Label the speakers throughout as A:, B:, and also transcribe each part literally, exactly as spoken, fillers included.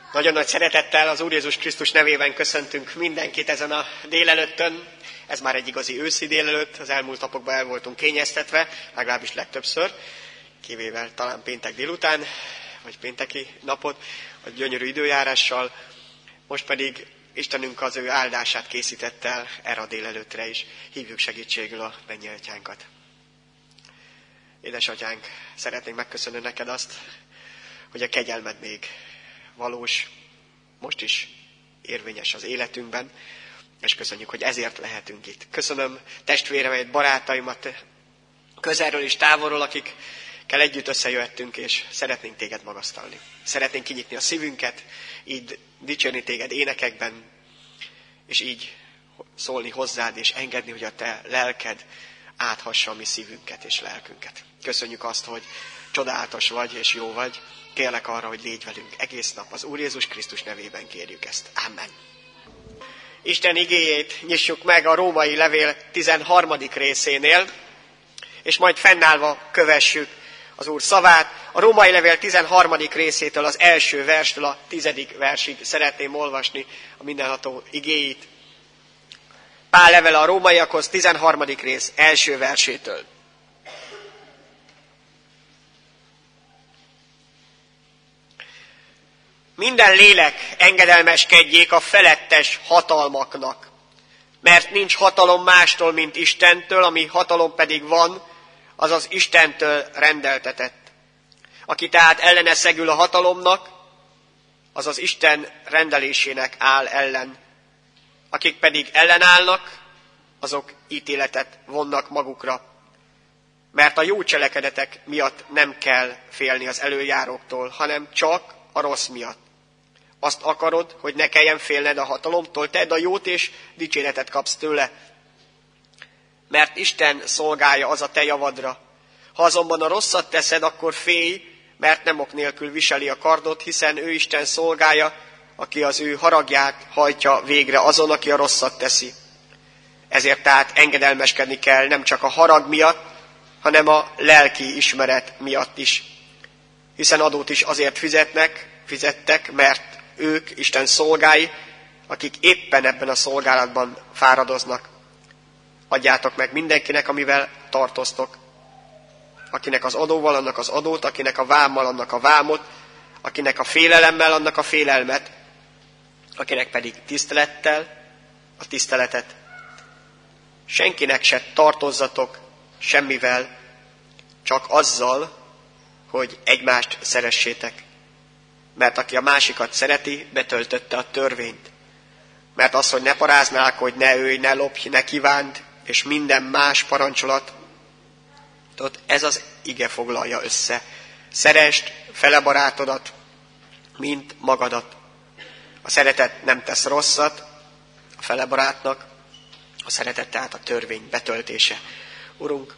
A: Nagyon nagy szeretettel az Úr Jézus Krisztus nevében köszöntünk mindenkit ezen a délelőttön. Ez már egy igazi őszi délelőtt, az elmúlt napokban el voltunk kényeztetve, legalábbis legtöbbször, kivéve talán péntek délután, vagy pénteki napot, a gyönyörű időjárással. Most pedig Istenünk az ő áldását készítette el erre a délelőttre is. Hívjuk segítségül a mennyi atyánkat. Édesatyánk, szeretnénk megköszönni neked azt, hogy a kegyelmed még valós, most is érvényes az életünkben, és köszönjük, hogy ezért lehetünk itt. Köszönöm testvéreimet, barátaimat közelről és távolról, akikkel együtt összejöttünk, és szeretnénk téged magasztalni. Szeretnénk kinyitni a szívünket, így dicsérni téged énekekben, és így szólni hozzád, és engedni, hogy a te lelked áthassa a mi szívünket és lelkünket. Köszönjük azt, hogy csodálatos vagy és jó vagy. Kérlek arra, hogy légy velünk egész nap. Az Úr Jézus Krisztus nevében kérjük ezt. Amen. Isten igéjét nyissuk meg a római levél tizenharmadik részénél, és majd fennállva kövessük az Úr szavát. A római levél tizenharmadik részétől, az első verstől a tizedik versig szeretném olvasni a mindenható igéit. Pál levele a rómaiakhoz, tizenharmadik rész első versétől. Minden lélek engedelmeskedjék a felettes hatalmaknak, mert nincs hatalom mástól, mint Istentől, ami hatalom pedig van, az az Istentől rendeltetett. Aki tehát ellene szegül a hatalomnak, az az Isten rendelésének áll ellen. Akik pedig ellenállnak, azok ítéletet vonnak magukra. Mert a jó cselekedetek miatt nem kell félni az előjáróktól, hanem csak a rossz miatt. Azt akarod, hogy ne kelljen félned a hatalomtól, tedd a jót és dicséretet kapsz tőle. Mert Isten szolgálja az a te javadra. Ha azonban a rosszat teszed, akkor félj, mert nem ok nélkül viseli a kardot, hiszen ő Isten szolgálja, aki az ő haragját hajtja végre azon, aki a rosszat teszi. Ezért tehát engedelmeskedni kell nem csak a harag miatt, hanem a lelki ismeret miatt is. Hiszen adót is azért fizetnek, fizettek, mert ők Isten szolgái, akik éppen ebben a szolgálatban fáradoznak. Adjátok meg mindenkinek, amivel tartoztok. Akinek az adóval, annak az adót, akinek a vámmal, annak a vámot, akinek a félelemmel, annak a félelmet, akinek pedig tisztelettel, a tiszteletet. Senkinek se tartozzatok semmivel, csak azzal, hogy egymást szeressétek. Mert aki a másikat szereti, betöltötte a törvényt. Mert az, hogy ne paráználkodj, ne ölj, ne lopj, ne kívánd, és minden más parancsolat, ez az ige foglalja össze. Szeresd fele barátodat, mint magadat. A szeretet nem tesz rosszat a fele barátnak, a szeretet tehát a törvény betöltése. Urunk,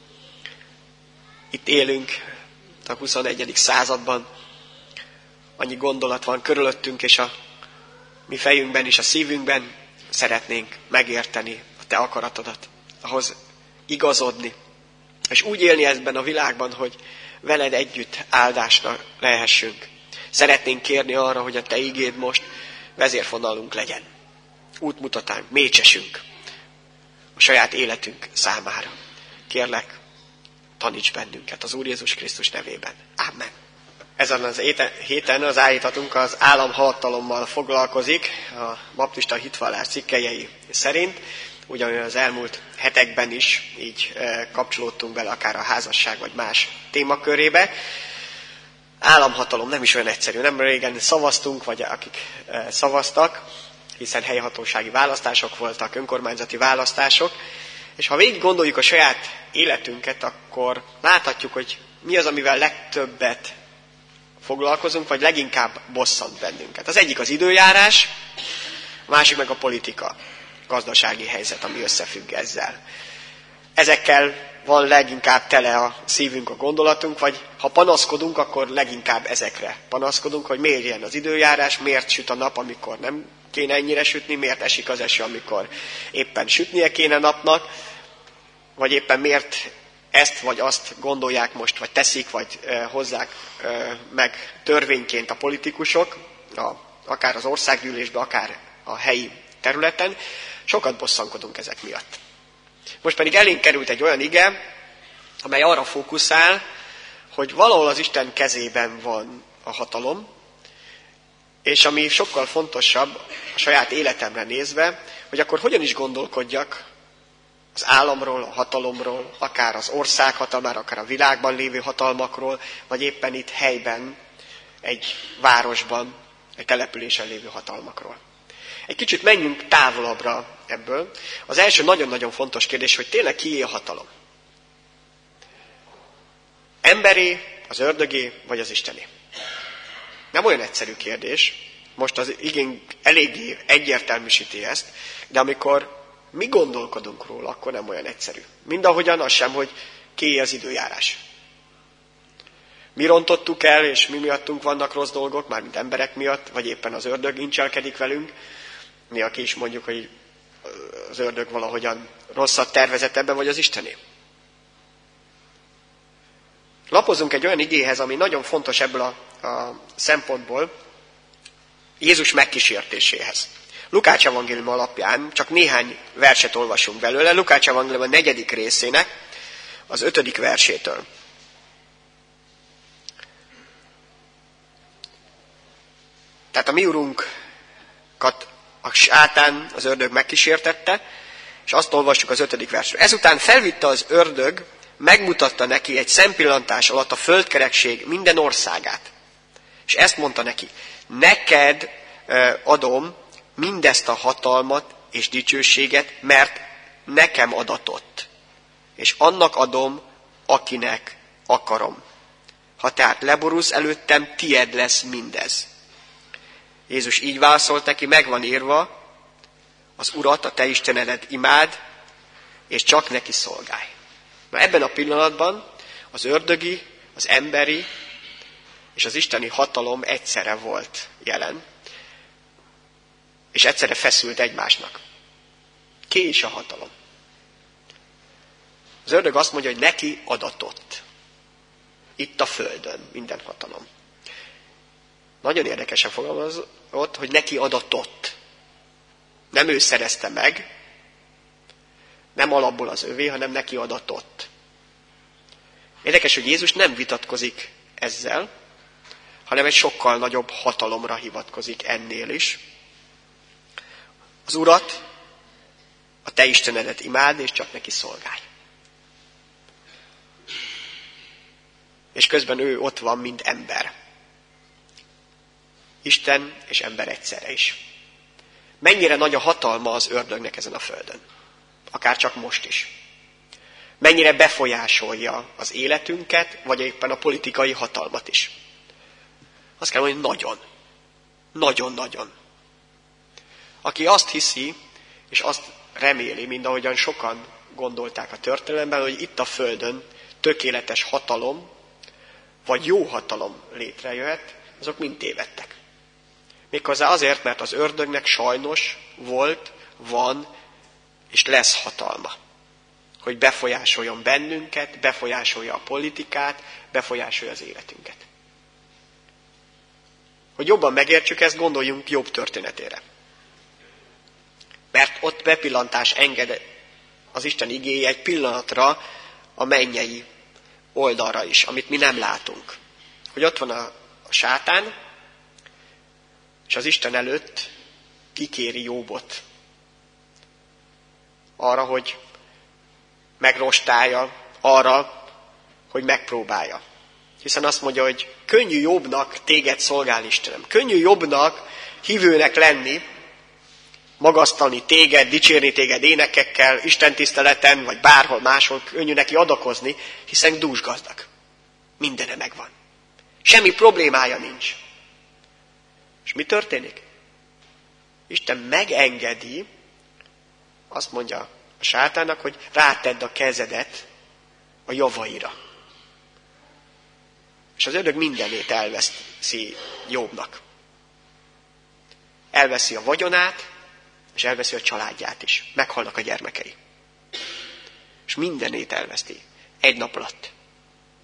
A: itt élünk a huszonegyedik században, annyi gondolat van körülöttünk, és a mi fejünkben és a szívünkben szeretnénk megérteni a te akaratodat, ahhoz igazodni, és úgy élni ebben a világban, hogy veled együtt áldásnak lehessünk. Szeretnénk kérni arra, hogy a te igéd most vezérfonalunk legyen. Útmutatánk, mécsesünk a saját életünk számára. Kérlek, taníts bennünket az Úr Jézus Krisztus nevében. Amen. Ezen az héten az állítatunk az államhatalommal foglalkozik, a baptista hitvallás cikkelyei szerint, ugyanúgy az elmúlt hetekben is így kapcsolódtunk bele akár a házasság vagy más témakörébe. Államhatalom nem is olyan egyszerű, nem régen szavaztunk, vagy akik szavaztak, hiszen helyhatósági választások voltak, önkormányzati választások, és ha végig gondoljuk a saját életünket, akkor láthatjuk, hogy mi az, amivel legtöbbet foglalkozunk, vagy leginkább bosszant bennünket. Az egyik az időjárás, a másik meg a politika, gazdasági helyzet, ami összefügg ezzel. Ezekkel van leginkább tele a szívünk, a gondolatunk, vagy ha panaszkodunk, akkor leginkább ezekre panaszkodunk, hogy miért ilyen az időjárás, miért süt a nap, amikor nem kéne ennyire sütni, miért esik az eső, amikor éppen sütnie kéne napnak, vagy éppen miért ezt vagy azt gondolják most, vagy teszik, vagy e, hozzák e, meg törvényként a politikusok, a akár az országgyűlésben, akár a helyi területen, sokat bosszankodunk ezek miatt. Most pedig elénk került egy olyan ige, amely arra fókuszál, hogy valahol az Isten kezében van a hatalom, és ami sokkal fontosabb a saját életemre nézve, hogy akkor hogyan is gondolkodjak az államról, a hatalomról, akár az ország hatalmára, akár a világban lévő hatalmakról, vagy éppen itt helyben, egy városban, egy településen lévő hatalmakról. Egy kicsit menjünk távolabbra ebből. Az első nagyon-nagyon fontos kérdés, hogy tényleg kié a hatalom? Emberi, az ördögé, vagy az isteni? Nem olyan egyszerű kérdés. Most az igény eléggé egyértelműsíti ezt, de amikor mi gondolkodunk róla, akkor nem olyan egyszerű. Mindahogyan az sem, hogy kié az időjárás. Mi rontottuk el, és mi miattunk vannak rossz dolgok, mármint emberek miatt, vagy éppen az ördög incselkedik velünk. Mi, aki is mondjuk, hogy az ördög valahogyan rosszat tervezett ebben, vagy az Istené. Lapozunk egy olyan igéhez, ami nagyon fontos ebből a, a szempontból, Jézus megkísértéséhez. Lukács evangélium alapján csak néhány verset olvasunk belőle, Lukács evangélium a negyedik részének, az ötödik versétől. Tehát a mi urunkat a sátán, az ördög megkísértette, és azt olvassuk az ötödik versről. Ezután felvitte az ördög, megmutatta neki egy szempillantás alatt a földkerekség minden országát. És ezt mondta neki, neked adom mindezt a hatalmat és dicsőséget, mert nekem adatott. És annak adom, akinek akarom. Ha tehát leborulsz előttem, tied lesz mindez. Jézus így válaszolt neki, megvan írva, az Urat, a te Istenedet imád, és csak neki szolgálj. Na ebben a pillanatban az ördögi, az emberi és az isteni hatalom egyszerre volt jelen, és egyszerre feszült egymásnak. Ki is a hatalom? Az ördög azt mondja, hogy neki adatott. Itt a földön minden hatalom. Nagyon érdekesen fogalmazott, hogy neki adatott. Nem ő szerezte meg, nem alapból az övé, hanem neki adatott. Érdekes, hogy Jézus nem vitatkozik ezzel, hanem egy sokkal nagyobb hatalomra hivatkozik ennél is. Az Urat, a te Istenedet imád, és csak neki szolgálj. És közben ő ott van, mint ember. Isten és ember egyszerre is. Mennyire nagy a hatalma az ördögnek ezen a földön. Akár csak most is. Mennyire befolyásolja az életünket, vagy éppen a politikai hatalmat is. Azt kell mondani, nagyon. Nagyon-nagyon. Aki azt hiszi, és azt reméli, mint ahogyan sokan gondolták a történelemben, hogy itt a földön tökéletes hatalom, vagy jó hatalom létrejöhet, azok mind tévedtek. Méghozzá azért, mert az ördögnek sajnos volt, van és lesz hatalma. Hogy befolyásoljon bennünket, befolyásolja a politikát, befolyásolja az életünket. Hogy jobban megértsük ezt, gondoljunk Jobb történetére. Mert ott bepillantás enged az Isten igéje egy pillanatra a mennyei oldalra is, amit mi nem látunk. Hogy ott van a, a sátán, és az Isten előtt kikéri Jobbot arra, hogy megrostálja, arra, hogy megpróbálja. Hiszen azt mondja, hogy könnyű Jobbnak téged szolgálni, Istenem. Könnyű Jobbnak hívőnek lenni, magasztalni téged, dicsérni téged énekekkel, istentiszteleten, vagy bárhol máshol, könnyű neki adakozni, hiszen dúsgazdag. Mindene megvan. Semmi problémája nincs. És mi történik? Isten megengedi, azt mondja a sátának, hogy rátedd a kezedet a javaira. És az ördög mindenét elveszi Jobbnak. Elveszi a vagyonát, és elveszi a családját is. Meghalnak a gyermekei. És mindenét elveszti. Egy nap alatt.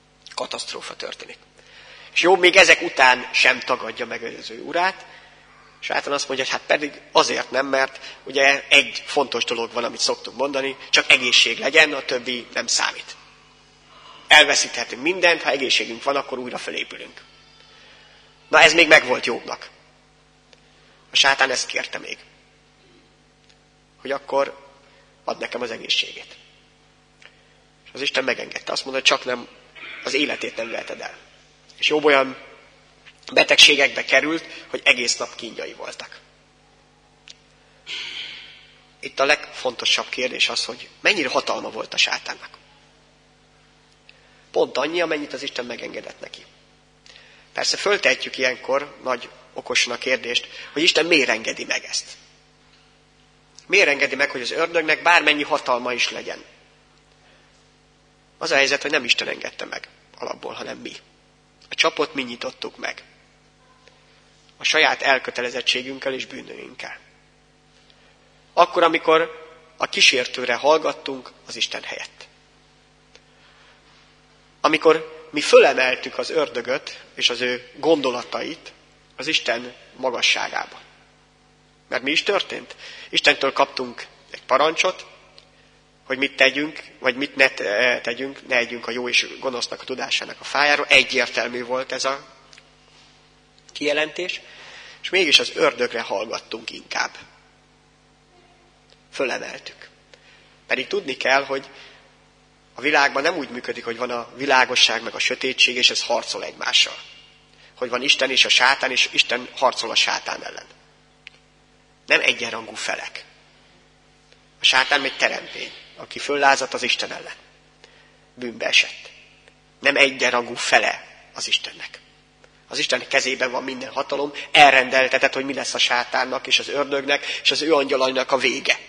A: Katasztrófa történik. És Jobb még ezek után sem tagadja meg az ő urát, Sátán azt mondja, hogy hát pedig azért nem, mert ugye egy fontos dolog van, amit szoktunk mondani, csak egészség legyen, a többi nem számít. Elveszíthetünk mindent, ha egészségünk van, akkor újra felépülünk. Na ez még megvolt Jobbnak. A sátán ezt kérte még. Hogy akkor add nekem az egészségét. És az Isten megengedte. Azt mondta, hogy csak nem az életét nem veheted el. És Jobb olyan betegségekbe került, hogy egész nap kínjai voltak. Itt a legfontosabb kérdés az, hogy mennyire hatalma volt a sátánnak. Pont annyi, amennyit az Isten megengedett neki. Persze föltehetjük ilyenkor nagy okosan a kérdést, hogy Isten miért engedi meg ezt? Miért engedi meg, hogy az ördögnek bármennyi hatalma is legyen? Az a helyzet, hogy nem Isten engedte meg alapból, hanem mi. A csapot mi nyitottuk meg. A saját elkötelezettségünkkel és bűnöinkkel. Akkor, amikor a kísértőre hallgattunk az Isten helyett. Amikor mi fölemeltük az ördögöt és az ő gondolatait az Isten magasságába. Mert mi is történt? Istentől kaptunk egy parancsot, hogy mit tegyünk, vagy mit ne tegyünk, ne együnk a jó és gonosznak a tudásának a fájáról. Egyértelmű volt ez a kijelentés, és mégis az ördögre hallgattunk inkább. Fölemeltük. Pedig tudni kell, hogy a világban nem úgy működik, hogy van a világosság meg a sötétség, és ez harcol egymással. Hogy van Isten és a sátán, és Isten harcol a sátán ellen. Nem egyenrangú felek. A sátán egy teremtény, aki föllázadt az Isten ellen. Bűnbe esett. Nem egyenrangú fele az Istennek. Az Isten kezében van minden hatalom, elrendeltetett, hogy mi lesz a sátánnak és az ördögnek, és az ő angyalainak a vége.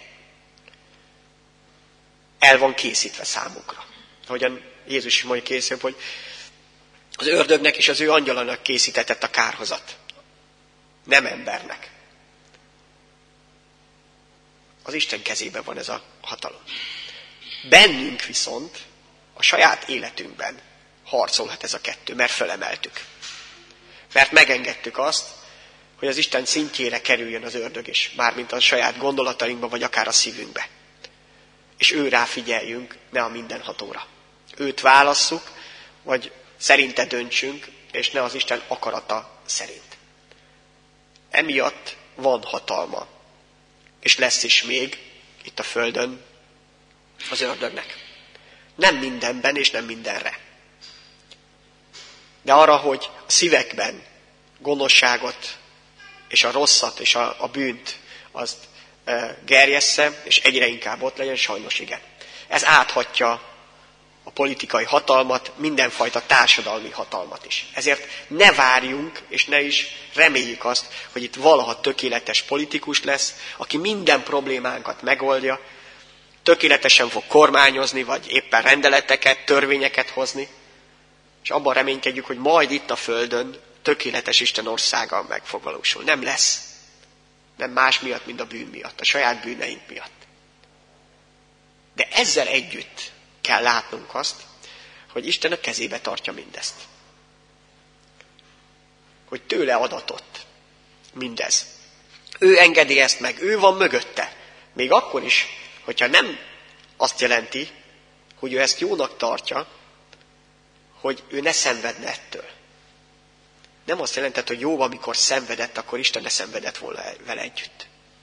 A: El van készítve számukra. Ahogyan Jézus is mondja készül, hogy az ördögnek és az ő angyalainak készítetett a kárhozat. Nem embernek. Az Isten kezében van ez a hatalom. Bennünk viszont, a saját életünkben harcolhat ez a kettő, mert fölemeltük. Mert megengedtük azt, hogy az Isten szintjére kerüljön az ördög is, mármint a saját gondolatainkba, vagy akár a szívünkbe. És ő rá figyeljünk, ne a mindenhatóra. Őt válasszuk, vagy szerinte döntsünk, és ne az Isten akarata szerint. Emiatt van hatalma, és lesz is még itt a földön az ördögnek. Nem mindenben, és nem mindenre. De arra, hogy a szívekben gonoszságot, és a rosszat, és a, a bűnt, azt e, gerjessze, és egyre inkább ott legyen, sajnos igen. Ez áthatja a politikai hatalmat, mindenfajta társadalmi hatalmat is. Ezért ne várjunk, és ne is reméljük azt, hogy itt valaha tökéletes politikus lesz, aki minden problémánkat megoldja, tökéletesen fog kormányozni, vagy éppen rendeleteket, törvényeket hozni, és abban reménykedjük, hogy majd itt a földön tökéletes Isten országa meg fog valósulni. Nem lesz. Nem más miatt, mint a bűn miatt, a saját bűneink miatt. De ezzel együtt kell látnunk azt, hogy Isten a kezébe tartja mindezt. Hogy tőle adatott mindez. Ő engedi ezt meg, ő van mögötte. Még akkor is, hogyha nem azt jelenti, hogy ő ezt jónak tartja, hogy ő ne szenvedne ettől. Nem azt jelenti, hogy Jobb, amikor szenvedett, akkor Isten ne szenvedett volna vele együtt.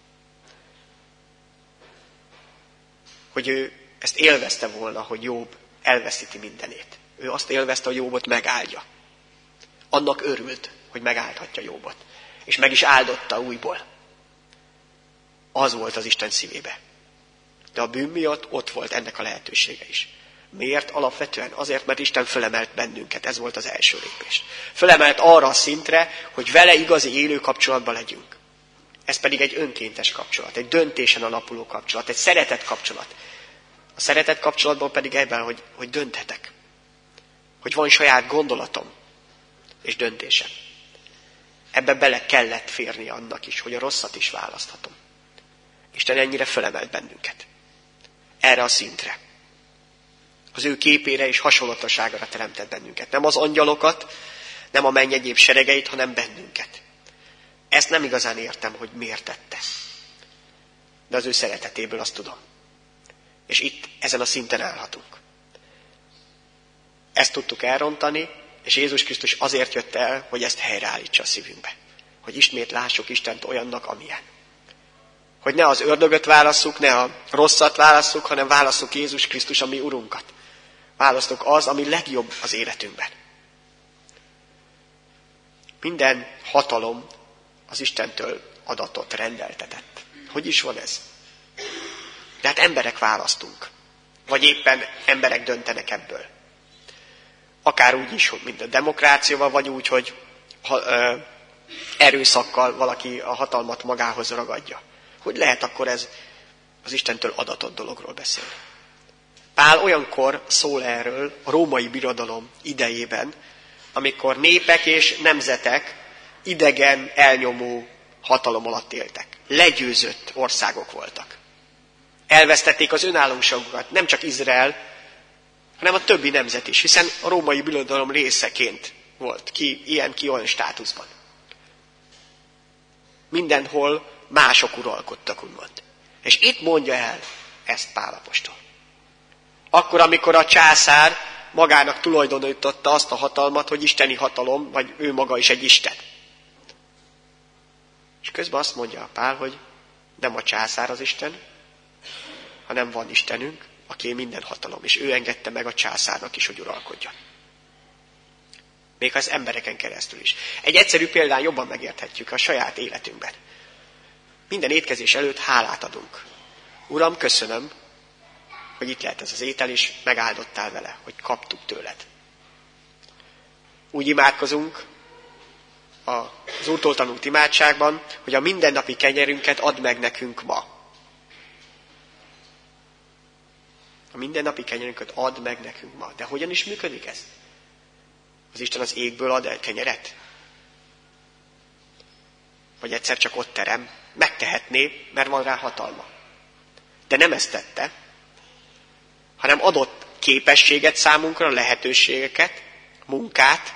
A: Hogy ő ezt élvezte volna, hogy Jobb elveszíti mindenét. Ő azt élvezte, hogy Jobbot megáldja. Annak örült, hogy megáldhatja Jobbot. És meg is áldotta újból. Az volt az Isten szívébe. De a bűn miatt ott volt ennek a lehetősége is. Miért? Alapvetően azért, mert Isten fölemelt bennünket. Ez volt az első lépés. Fölemelt arra a szintre, hogy vele igazi élő kapcsolatban legyünk. Ez pedig egy önkéntes kapcsolat, egy döntésen alapuló kapcsolat, egy szeretet kapcsolat. A szeretet kapcsolatban pedig ebben, hogy, hogy dönthetek. Hogy van saját gondolatom és döntésem. Ebbe bele kellett férni annak is, hogy a rosszat is választhatom. Isten ennyire fölemelt bennünket. Erre a szintre. Az ő képére és hasonlatosságára teremtett bennünket. Nem az angyalokat, nem a menny egyéb seregeit, hanem bennünket. Ezt nem igazán értem, hogy miért tette. De az ő szeretetéből azt tudom. És itt, ezen a szinten állhatunk. Ezt tudtuk elrontani, és Jézus Krisztus azért jött el, hogy ezt helyreállítsa a szívünkbe. Hogy ismét lássuk Istent olyannak, amilyen. Hogy ne az ördögöt válasszuk, ne a rosszat válasszuk, hanem válasszuk Jézus Krisztus, a mi Urunkat. Választok az, ami legjobb az életünkben. Minden hatalom az Istentől adatot, rendeltetett. Hogy is van ez? De hát emberek választunk. Vagy éppen emberek döntenek ebből. Akár úgy is, mint a demokráciával, vagy úgy, hogy ha, ö, erőszakkal valaki a hatalmat magához ragadja. Hogy lehet akkor ez az Istentől adatott dologról beszélni? Pál olyankor szól erről a római birodalom idejében, amikor népek és nemzetek idegen, elnyomó hatalom alatt éltek. Legyőzött országok voltak. Elvesztették az önállóságukat, nem csak Izrael, hanem a többi nemzet is, hiszen a római birodalom részeként volt ki ilyen, ki olyan státuszban. Mindenhol mások uralkodtak, úgymond. És itt mondja el ezt Pál apostol. Akkor, amikor a császár magának tulajdonította azt a hatalmat, hogy isteni hatalom, vagy ő maga is egy isten. És közben azt mondja Pál, hogy nem a császár az Isten, hanem van Istenünk, aki minden hatalom, és ő engedte meg a császárnak is, hogy uralkodjon. Még ha az embereken keresztül is. Egy egyszerű példán jobban megérthetjük a saját életünkben. Minden étkezés előtt hálát adunk. Uram, köszönöm, hogy itt lehet ez az étel, és megáldottál vele, hogy kaptuk tőled. Úgy imádkozunk az Úrtól tanult imádságban, hogy a mindennapi kenyerünket add meg nekünk ma. A mindennapi kenyerünket add meg nekünk ma. De hogyan is működik ez? Az Isten az égből ad el kenyeret? Vagy egyszer csak ott terem? Megtehetné, mert van rá hatalma. De nem ezt tette, hanem adott képességet számunkra, lehetőségeket, munkát,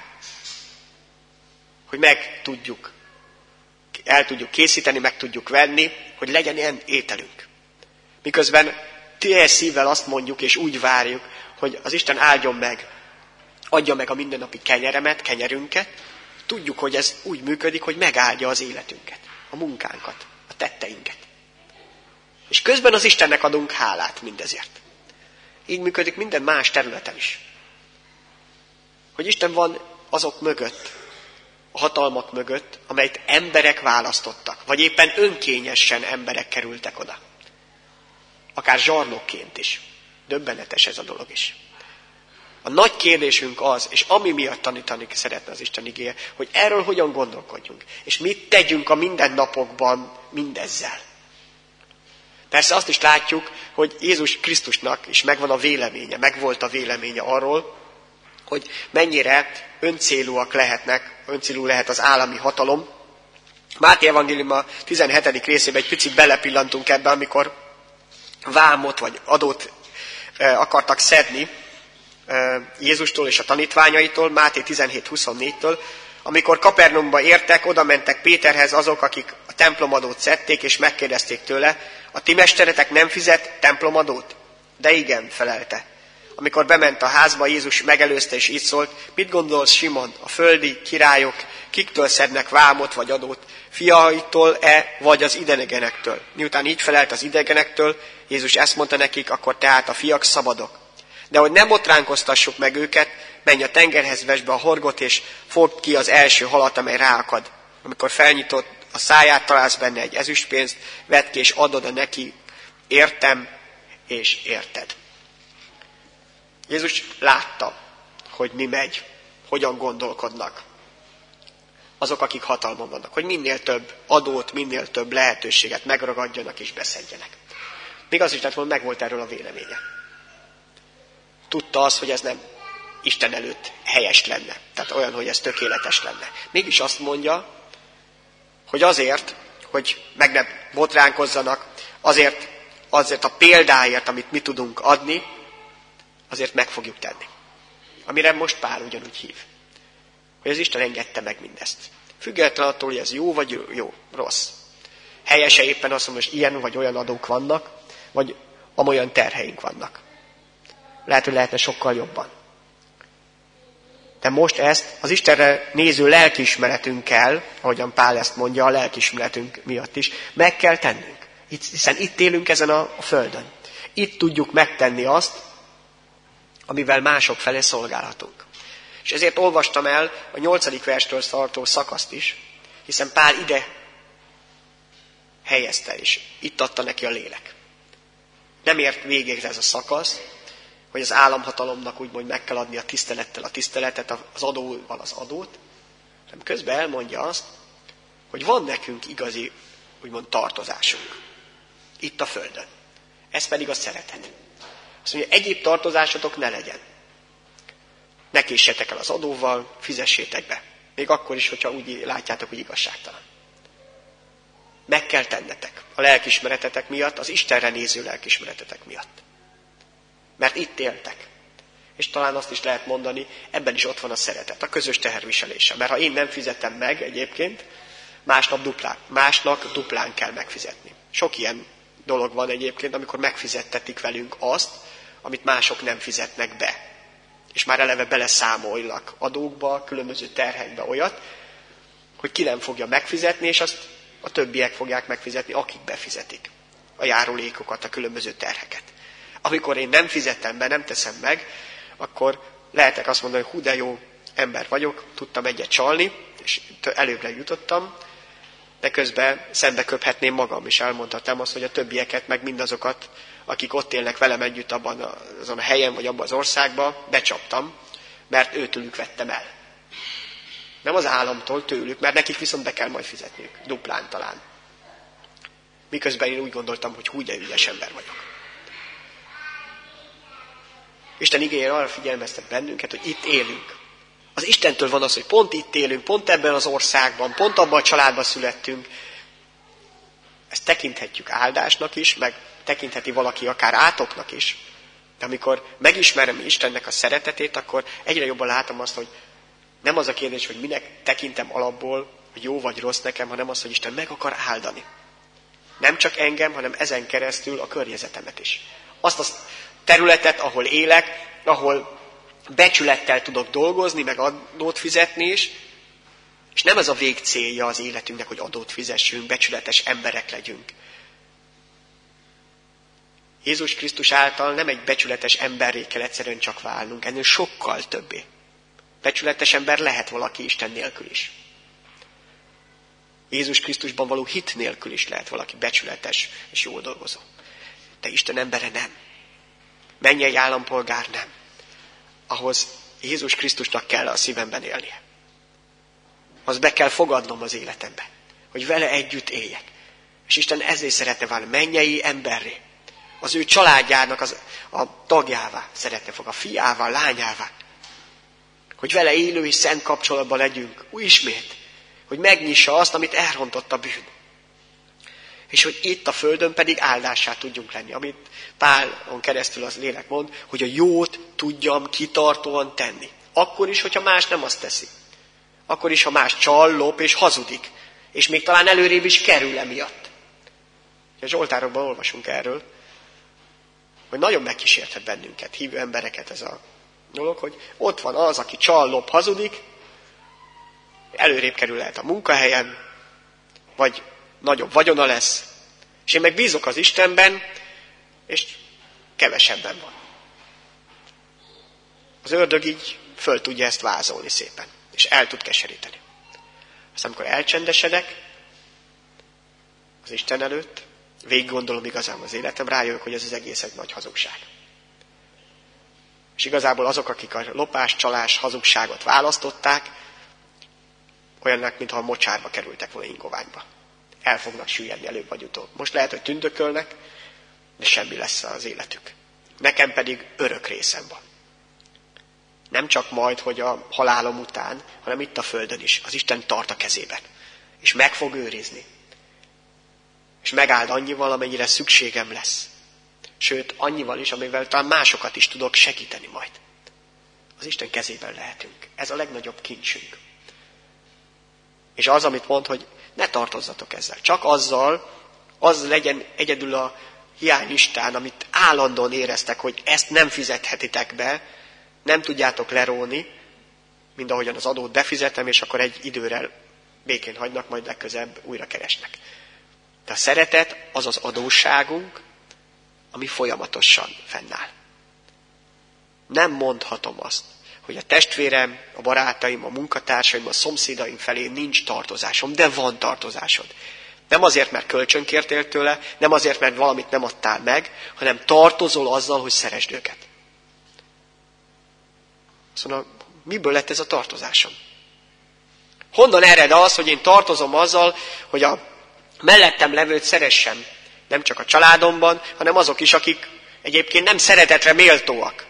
A: hogy meg tudjuk, el tudjuk készíteni, meg tudjuk venni, hogy legyen ilyen ételünk. Miközben teljes szívvel azt mondjuk, és úgy várjuk, hogy az Isten áldjon meg, adja meg a mindennapi kenyeremet, kenyerünket, tudjuk, hogy ez úgy működik, hogy megáldja az életünket, a munkánkat, a tetteinket. És közben az Istennek adunk hálát mindezért. Így működik minden más területen is. Hogy Isten van azok mögött, a hatalmak mögött, amelyet emberek választottak, vagy éppen önkényesen emberek kerültek oda. Akár zsarnokként is. Döbbenetes ez a dolog is. A nagy kérdésünk az, és ami miatt tanítani szeretne az Isten igéje, hogy erről hogyan gondolkodjunk, és mit tegyünk a mindennapokban mindezzel. Persze azt is látjuk, hogy Jézus Krisztusnak is megvan a véleménye, megvolt a véleménye arról, hogy mennyire öncélúak lehetnek, öncélú lehet az állami hatalom. Máté evangélium a tizenhetedik részében egy picit belepillantunk ebbe, amikor vámot vagy adót akartak szedni Jézustól és a tanítványaitól, Máté tizenhét huszonnégytől, amikor Kapernaumba értek, oda mentek Péterhez azok, akik a templomadót szedték, és megkérdezték tőle, a ti mesteretek nem fizet templomadót? De igen, felelte. Amikor bement a házba, Jézus megelőzte, és így szólt, mit gondolsz, Simon, a földi királyok kiktől szednek vámot vagy adót, fiaitól-e, vagy az idegenektől? Miután így felelt az idegenektől, Jézus ezt mondta nekik, akkor tehát a fiak szabadok. De hogy nem botránkoztassuk meg őket, menj a tengerhez, vesd be a horgot, és fogd ki az első halat, amely ráakad. Amikor felnyitott a száját, találsz benne egy ezüstpénzt, vedd ki, és add oda neki, értem, és érted. Jézus látta, hogy mi megy, hogyan gondolkodnak azok, akik hatalmon vannak, hogy minél több adót, minél több lehetőséget megragadjanak és beszedjenek. Még az is lett volna, meg volt erről a véleménye. Tudta az, hogy ez nem Isten előtt helyes lenne. Tehát olyan, hogy ez tökéletes lenne. Mégis azt mondja, hogy azért, hogy meg nem botránkozzanak, azért, azért a példáért, amit mi tudunk adni, azért meg fogjuk tenni. Amire most Pál ugyanúgy hív. Hogy az Isten engedte meg mindezt. Független attól, hogy ez jó vagy jó, rossz. Helyese éppen azt mondom, hogy ilyen vagy olyan adók vannak, vagy amolyan terheink vannak. Lehet, hogy lehetne sokkal jobban. De most ezt az Istenre néző lelkiismeretünkkel, ahogyan Pál ezt mondja, a lelkiismeretünk miatt is, meg kell tennünk. Hiszen itt élünk ezen a, a földön. Itt tudjuk megtenni azt, amivel mások felé szolgálhatunk. És ezért olvastam el a nyolcadik verstől tartó szakaszt is, hiszen Pál ide helyezte, és itt adta neki a lélek. Nem ért végig ez a szakasz, hogy az államhatalomnak úgymond meg kell adni a tisztelettel a tiszteletet, az adóval az adót, hanem közben elmondja azt, hogy van nekünk igazi, úgymond tartozásunk. Itt a földön. Ez pedig a szeretet. Azt mondja, egyéb tartozásotok ne legyen. Ne késsetek el az adóval, fizessétek be. Még akkor is, hogyha úgy látjátok, hogy igazságtalan. Meg kell tennetek a lelkismeretetek miatt, az Istenre néző lelkismeretetek miatt. Mert itt éltek. És talán azt is lehet mondani, ebben is ott van a szeretet, a közös teherviselése. Mert ha én nem fizetem meg egyébként, másnap duplán, másnak duplán kell megfizetni. Sok ilyen dolog van egyébként, amikor megfizettetik velünk azt, amit mások nem fizetnek be. És már eleve beleszámolnak adókba, különböző terhekbe olyat, hogy ki nem fogja megfizetni, és azt a többiek fogják megfizetni, akik befizetik a járulékokat, a különböző terheket. Amikor én nem fizetem be, nem teszem meg, akkor lehetek azt mondani, hogy hú, de jó ember vagyok, tudtam egyet csalni, és előbbre jutottam, de közben szembe köphetném magam, és elmondhatnám azt, hogy a többieket, meg mindazokat, akik ott élnek velem együtt abban azon a helyen, vagy abban az országban, becsaptam, mert őtőlük vettem el. Nem az államtól, tőlük, mert nekik viszont be kell majd fizetniük, duplán talán. Miközben én úgy gondoltam, hogy hú, de ügyes ember vagyok. Isten igéje arra figyelmeztet bennünket, hogy itt élünk. Az Istentől van az, hogy pont itt élünk, pont ebben az országban, pont abban a családban születtünk. Ezt tekinthetjük áldásnak is, meg tekintheti valaki akár átoknak is. De amikor megismerem Istennek a szeretetét, akkor egyre jobban látom azt, hogy nem az a kérdés, hogy minek tekintem alapból, hogy jó vagy rossz nekem, hanem az, hogy Isten meg akar áldani. Nem csak engem, hanem ezen keresztül a környezetemet is. Azt a területet, ahol élek, ahol becsülettel tudok dolgozni, meg adót fizetni is, és nem ez a végcélja az életünknek, hogy adót fizessünk, becsületes emberek legyünk. Jézus Krisztus által nem egy becsületes emberré kell egyszerűen csak válnunk, ennél sokkal többé. Becsületes ember lehet valaki Isten nélkül is. Jézus Krisztusban való hit nélkül is lehet valaki becsületes és jól dolgozó. De Isten embere nem. Mennyei állampolgár nem. Ahhoz Jézus Krisztusnak kell a szívemben élnie. Az be kell fogadnom az életembe, hogy vele együtt éljek. És Isten ezért szeretne válni mennyei emberré. Az ő családjának az, a tagjává szeretne fog, a fiává, lányává. Hogy vele élő és szent kapcsolatban legyünk, úgy ismét. Hogy megnyissa azt, amit elrontott a bűn. És hogy itt a földön pedig áldássá tudjunk lenni. Amit Pálon keresztül az lélek mond, hogy a jót tudjam kitartóan tenni. Akkor is, hogyha más nem azt teszi. Akkor is, ha más csal, lop és hazudik. És még talán előrébb is kerül emiatt. A Zsoltárokban olvasunk erről, hogy nagyon megkísérthet bennünket, hívő embereket ez a dolog, hogy ott van az, aki csal, lop, hazudik, előrébb kerül lehet a munkahelyen, vagy nagyobb vagyona lesz, és én meg bízok az Istenben, és kevesebben van. Az ördög így föl tudja ezt vázolni szépen, és el tud keseríteni. Aztán, amikor elcsendesedek az Isten előtt, végig gondolom igazán az életem, rájövök, hogy ez az egész egy nagy hazugság. És igazából azok, akik a lopás, csalás, hazugságot választották, olyannak, mintha a mocsárba kerültek volna ingoványba. El fognak süllyedni előbb vagy utóbb. Most lehet, hogy tündökölnek, de semmi lesz az életük. Nekem pedig örök részem van. Nem csak majd, hogy a halálom után, hanem itt a földön is. Az Isten tart a kezében. És meg fog őrizni. És megáld annyival, amennyire szükségem lesz. Sőt, annyival is, amivel talán másokat is tudok segíteni majd. Az Isten kezében lehetünk. Ez a legnagyobb kincsünk. És az, amit mond, hogy ne tartozzatok ezzel. Csak azzal, az legyen egyedül a hiánylistán, amit állandóan éreztek, hogy ezt nem fizethetitek be, nem tudjátok leróni, mind ahogyan az adót befizetem, és akkor egy időre békén hagynak, majd legközelebb újra keresnek. De a szeretet az az adósságunk, ami folyamatosan fennáll. Nem mondhatom azt, hogy a testvérem, a barátaim, a munkatársaim, a szomszédaim felé nincs tartozásom, de van tartozásod. Nem azért, mert kölcsön kértél tőle, nem azért, mert valamit nem adtál meg, hanem tartozol azzal, hogy szeresd őket. Szóval miből lett ez a tartozásom? Honnan ered az, hogy én tartozom azzal, hogy a mellettem levőt szeressem? Nem csak a családomban, hanem azok is, akik egyébként nem szeretetre méltóak.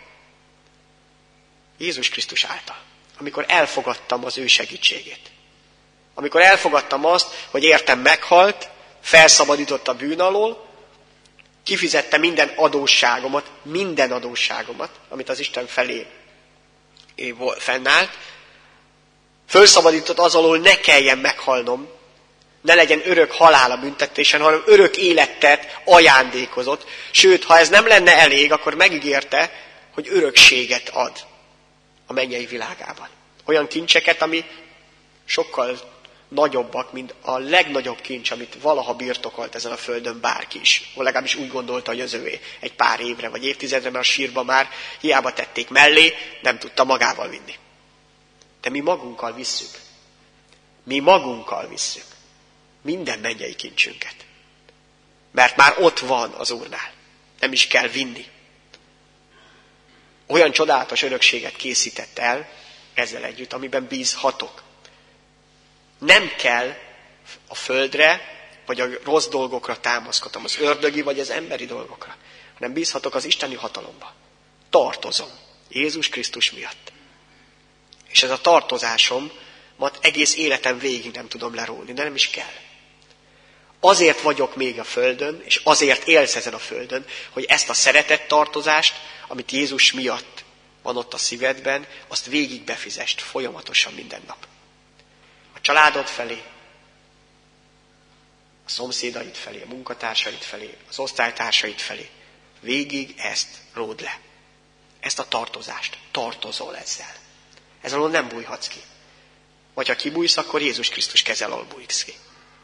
A: Jézus Krisztus által. Amikor elfogadtam az ő segítségét. Amikor elfogadtam azt, hogy értem meghalt, felszabadított a bűn alól, kifizette minden adósságomat, minden adósságomat, amit az Isten felé fennállt, felszabadított az alól, ne kelljen meghalnom, ne legyen örök halál a büntetésen, hanem örök életet ajándékozott. Sőt, ha ez nem lenne elég, akkor megígérte, hogy örökséget ad a mennyei világában. Olyan kincseket, ami sokkal nagyobbak, mint a legnagyobb kincs, amit valaha birtokolt ezen a földön bárki is. Legalábbis úgy gondolta, hogy az övé egy pár évre vagy évtizedre, mert a sírba már hiába tették mellé, nem tudta magával vinni. De mi magunkkal visszük. Mi magunkkal visszük. Minden mennyei kincsünket. Mert már ott van az Úrnál. Nem is kell vinni. Olyan csodálatos örökséget készített el ezzel együtt, amiben bízhatok. Nem kell a földre, vagy a rossz dolgokra támaszkodom, az ördögi, vagy az emberi dolgokra, hanem bízhatok az isteni hatalomba. Tartozom Jézus Krisztus miatt. És ez a tartozásomat egész életem végig nem tudom leróni, de nem is kell. Azért vagyok még a földön, és azért élsz ezen a földön, hogy ezt a szeretett tartozást, amit Jézus miatt van ott a szívedben, azt végig befizest folyamatosan minden nap. A családod felé, a szomszédaid felé, a munkatársaid felé, az osztálytársaid felé. Végig ezt ród le. Ezt a tartozást. Tartozol ezzel. Ez alól nem bújhatsz ki. Vagy ha kibújsz, akkor Jézus Krisztus keze alól bújsz ki.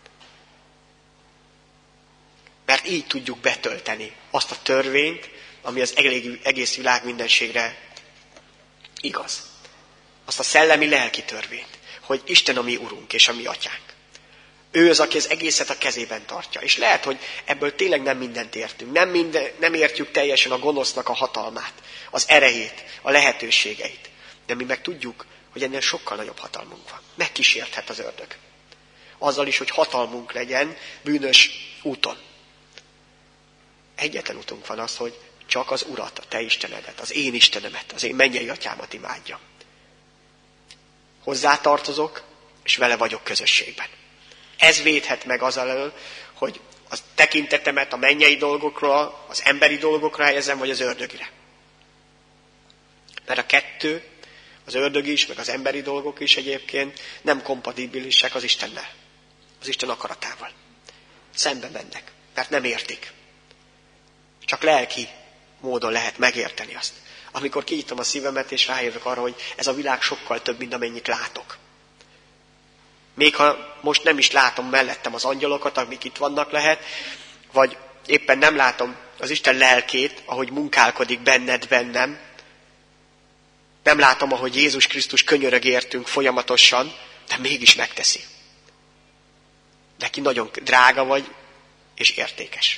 A: Mert így tudjuk betölteni azt a törvényt, ami az egész világ mindenségre igaz. Azt a szellemi lelki törvényt, hogy Isten a mi Urunk és a mi Atyánk. Ő az, aki az egészet a kezében tartja. És lehet, hogy ebből tényleg nem mindent értünk. Nem, minden, nem értjük teljesen a gonosznak a hatalmát, az erejét, a lehetőségeit. De mi meg tudjuk, hogy ennél sokkal nagyobb hatalmunk van. Megkísérthet az ördög. Azzal is, hogy hatalmunk legyen bűnös úton. Egyetlen utunk van az, hogy csak az Urat, a te Istenedet, az én Istenemet, az én mennyei Atyámat imádjam. Hozzátartozok, és vele vagyok közösségben. Ez védhet meg az elől, hogy a tekintetemet a mennyei dolgokra, az emberi dolgokra helyezem, vagy az ördögire. Mert a kettő, az ördögi is, meg az emberi dolgok is egyébként nem kompatibilisek az Istennel, az Isten akaratával. Szembe mennek, mert nem értik. Csak lelki módon lehet megérteni azt. Amikor kinyitom a szívemet, és rájövök arra, hogy ez a világ sokkal több, mint amennyit látok. Még ha most nem is látom mellettem az angyalokat, amik itt vannak lehet, vagy éppen nem látom az Isten lelkét, ahogy munkálkodik benned, bennem. Nem látom, ahogy Jézus Krisztus könyörög értünk folyamatosan, de mégis megteszi. Neki nagyon drága vagy, és értékes.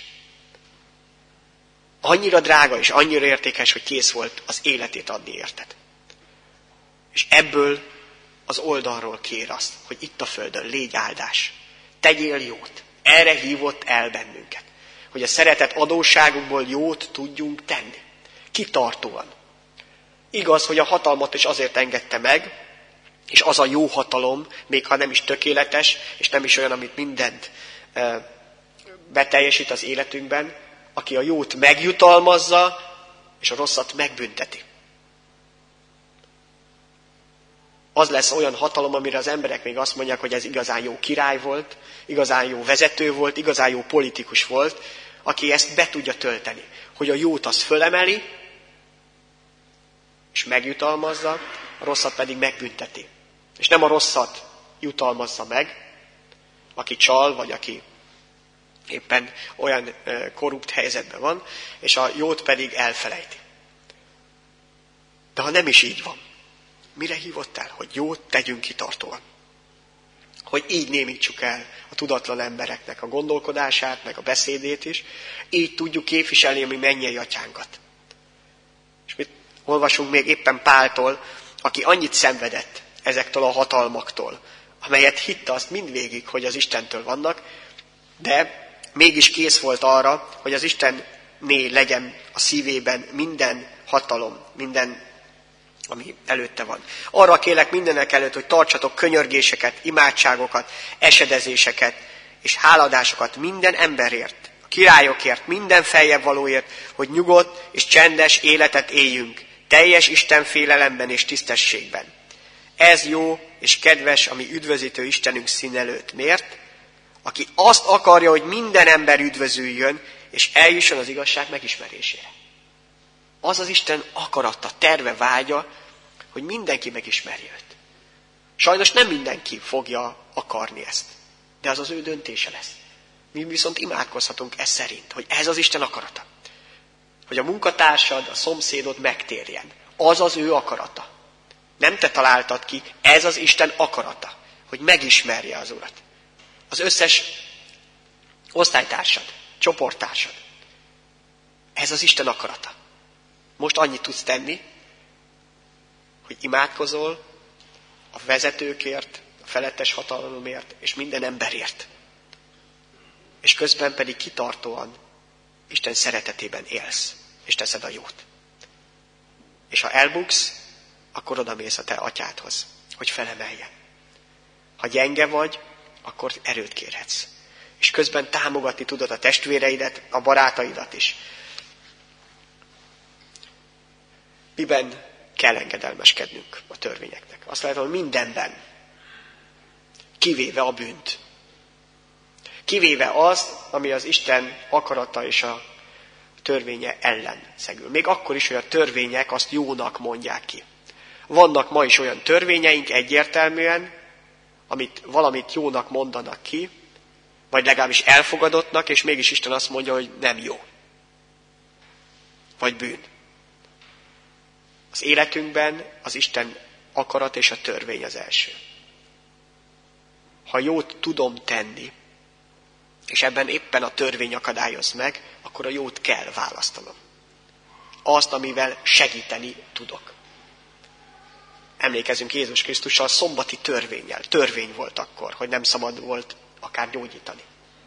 A: Annyira drága és annyira értékes, hogy kész volt az életét adni érted. És ebből az oldalról kér azt, hogy itt a földön légy áldás. Tegyél jót. Erre hívott el bennünket. Hogy a szeretet adósságunkból jót tudjunk tenni. Kitartóan. Igaz, hogy a hatalmat is azért engedte meg, és az a jó hatalom, még ha nem is tökéletes, és nem is olyan, amit mindent e, beteljesít az életünkben, aki a jót megjutalmazza, és a rosszat megbünteti. Az lesz olyan hatalom, amire az emberek még azt mondják, hogy ez igazán jó király volt, igazán jó vezető volt, igazán jó politikus volt, aki ezt be tudja tölteni. Hogy a jót azt fölemeli, és megjutalmazza, a rosszat pedig megbünteti. És nem a rosszat jutalmazza meg, aki csal, vagy aki éppen olyan korrupt helyzetben van, és a jót pedig elfelejti. De ha nem is így van, mire hívott el? Hogy jót tegyünk kitartóan. Hogy így némítsuk el a tudatlan embereknek a gondolkodását, meg a beszédét is. Így tudjuk képviselni a mi mennyei atyánkat. És mit olvasunk még éppen Páltól, aki annyit szenvedett ezektől a hatalmaktól, amelyet hitte azt mindvégig, hogy az Istentől vannak, de mégis kész volt arra, hogy az Istenné legyen a szívében minden hatalom, minden, ami előtte van. Arra kérlek mindenek előtt, hogy tartsatok könyörgéseket, imádságokat, esedezéseket és háladásokat minden emberért, a királyokért, minden feljebb valóért, hogy nyugodt és csendes életet éljünk, teljes Isten félelemben és tisztességben. Ez jó és kedves, ami üdvözítő Istenünk szín előtt. Miért? Aki azt akarja, hogy minden ember üdvözüljön, és eljusson az igazság megismerésére. Az az Isten akarata, terve, vágya, hogy mindenki megismerje őt. Sajnos nem mindenki fogja akarni ezt, de az az ő döntése lesz. Mi viszont imádkozhatunk ez szerint, hogy ez az Isten akarata. Hogy a munkatársad, a szomszédod megtérjen. Az az ő akarata. Nem te találtad ki, ez az Isten akarata, hogy megismerje az Urat. Az összes osztálytársad, csoporttársad. Ez az Isten akarata. Most annyit tudsz tenni, hogy imádkozol a vezetőkért, a felettes hatalomért, és minden emberért. És közben pedig kitartóan Isten szeretetében élsz, és teszed a jót. És ha elbuksz, akkor odamész a te atyádhoz, hogy felemeljen. Ha gyenge vagy, akkor erőt kérhetsz. És közben támogatni tudod a testvéreidet, a barátaidat is. Miben kell engedelmeskednünk a törvényeknek? Azt látom, hogy mindenben. Kivéve a bűnt. Kivéve azt, ami az Isten akarata és a törvénye ellen szegül. Még akkor is, hogy a törvények azt jónak mondják ki. Vannak ma is olyan törvényeink egyértelműen, amit valamit jónak mondanak ki, vagy legalábbis elfogadottnak, és mégis Isten azt mondja, hogy nem jó. Vagy bűn. Az életünkben az Isten akarat és a törvény az első. Ha jót tudom tenni, és ebben éppen a törvény akadályoz meg, akkor a jót kell választanom. Azt, amivel segíteni tudok. Emlékezünk Jézus Krisztussal szombati törvénnyel. Törvény volt akkor, hogy nem szabad volt akár gyógyítani.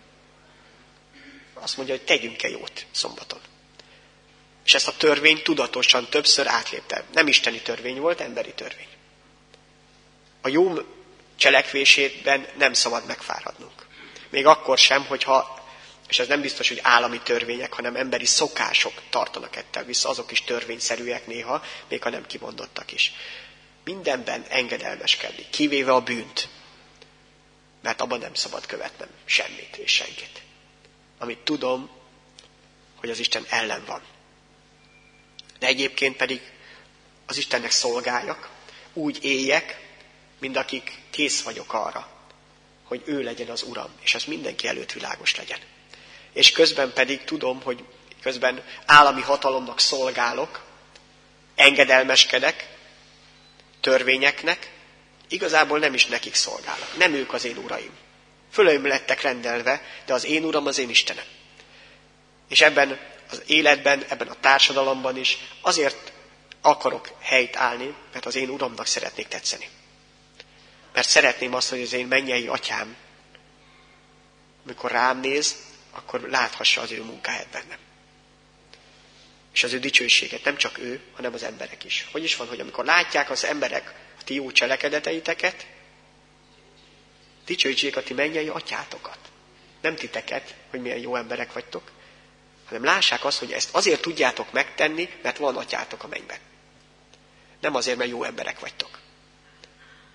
A: Azt mondja, hogy tegyünk-e jót szombaton. És ezt a törvényt tudatosan többször átlépte. Nem isteni törvény volt, emberi törvény. A jó cselekvésében nem szabad megfáradnunk. Még akkor sem, hogyha, és ez nem biztos, hogy állami törvények, hanem emberi szokások tartanak ettől vissza, azok is törvényszerűek néha, még ha nem kimondottak is. Mindenben engedelmeskedni, kivéve a bűnt, mert abban nem szabad követnem semmit és senkit. Amit tudom, hogy az Isten ellen van. De egyébként pedig az Istennek szolgáljak, úgy éljek, mint akik kész vagyok arra, hogy ő legyen az Uram, és ez mindenki előtt világos legyen. És közben pedig tudom, hogy közben állami hatalomnak szolgálok, engedelmeskedek, törvényeknek, igazából nem is nekik szolgálok. Nem ők az én uraim. Fölöm lettek rendelve, de az én uram az én Istenem. És ebben az életben, ebben a társadalomban is azért akarok helyt állni, mert az én uramnak szeretnék tetszeni. Mert szeretném azt, hogy az én mennyei atyám, amikor rám néz, akkor láthassa az ő munkáját bennem. És az ő dicsőséget, nem csak ő, hanem az emberek is. Hogy is van, hogy amikor látják az emberek a ti jó cselekedeteiteket, dicsőítsék a ti mennyei atyátokat. Nem titeket, hogy milyen jó emberek vagytok, hanem lássák azt, hogy ezt azért tudjátok megtenni, mert van atyátok a mennyben. Nem azért, mert jó emberek vagytok.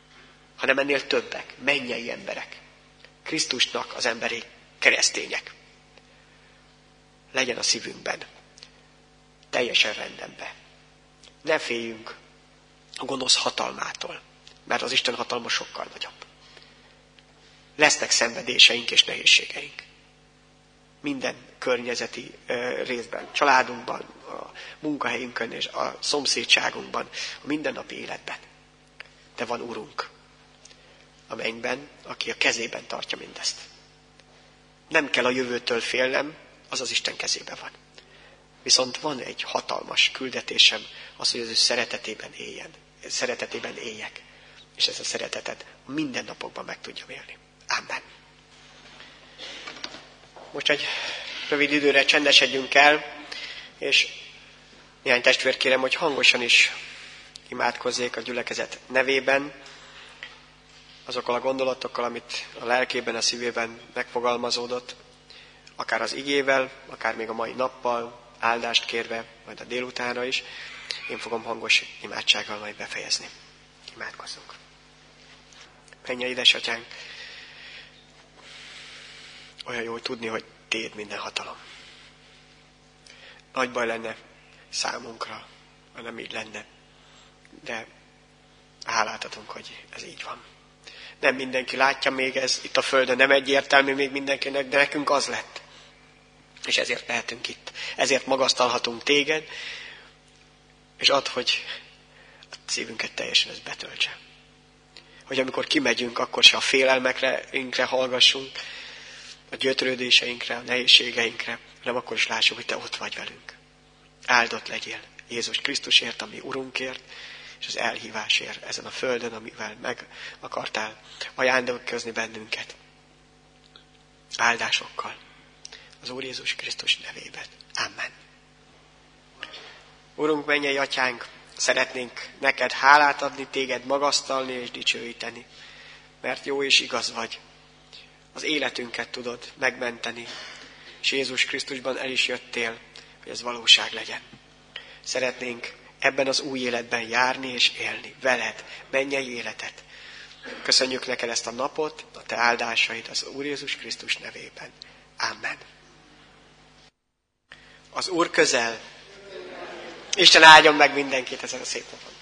A: hanem ennél többek, mennyei emberek. Krisztusnak az emberi keresztények. Legyen a szívünkben teljesen rendemben. Ne féljünk a gonosz hatalmától, mert az Isten hatalma sokkal nagyobb. Lesznek szenvedéseink és nehézségeink. Minden környezeti uh, részben, családunkban, a munkahelyünkön és a szomszédságunkban, a mindennapi életben. De van Urunk a mennyben, aki a kezében tartja mindezt. Nem kell a jövőtől félnem, az az Isten kezében van. Viszont van egy hatalmas küldetésem, az, hogy az ő szeretetében éljen. Szeretetében éljek. És ezt a szeretetet minden napokban meg tudjam élni. Amen. Most egy rövid időre csendesedjünk el, és néhány testvér kérem, hogy hangosan is imádkozzék a gyülekezet nevében, azokkal a gondolatokkal, amit a lelkében, a szívében megfogalmazódott, akár az igével, akár még a mai nappal, áldást kérve, majd a délutánra is. Én fogom hangos imádsággal majd befejezni. Imádkozzunk. Mennyei édesatyánk, olyan jó tudni, hogy tiéd minden hatalom. Nagy baj lenne számunkra, ha nem így lenne. De hálát adunk, hogy ez így van. Nem mindenki látja még ez, itt a Földön nem egyértelmű még mindenkinek, de nekünk az lett. És ezért lehetünk itt. Ezért magasztalhatunk téged, és add, hogy a szívünket teljesen ez betöltse. Hogy amikor kimegyünk, akkor se a félelmekre hallgassunk, a gyötrődéseinkre, a nehézségeinkre, hanem akkor is lássuk, hogy te ott vagy velünk. Áldott legyél Jézus Krisztusért, ami Urunkért, és az elhívásért ezen a földön, amivel meg akartál ajándékozni bennünket. Áldásokkal. Az Úr Jézus Krisztus nevében. Amen. Urunk, mennyei atyánk, szeretnénk neked hálát adni, téged magasztalni és dicsőíteni, mert jó és igaz vagy. Az életünket tudod megmenteni, és Jézus Krisztusban el is jöttél, hogy ez valóság legyen. Szeretnénk ebben az új életben járni és élni, veled, mennyei életet. Köszönjük neked ezt a napot, a te áldásaid az Úr Jézus Krisztus nevében. Amen. Az Úr közel. Isten áldjon meg mindenkit ezen a szép napon.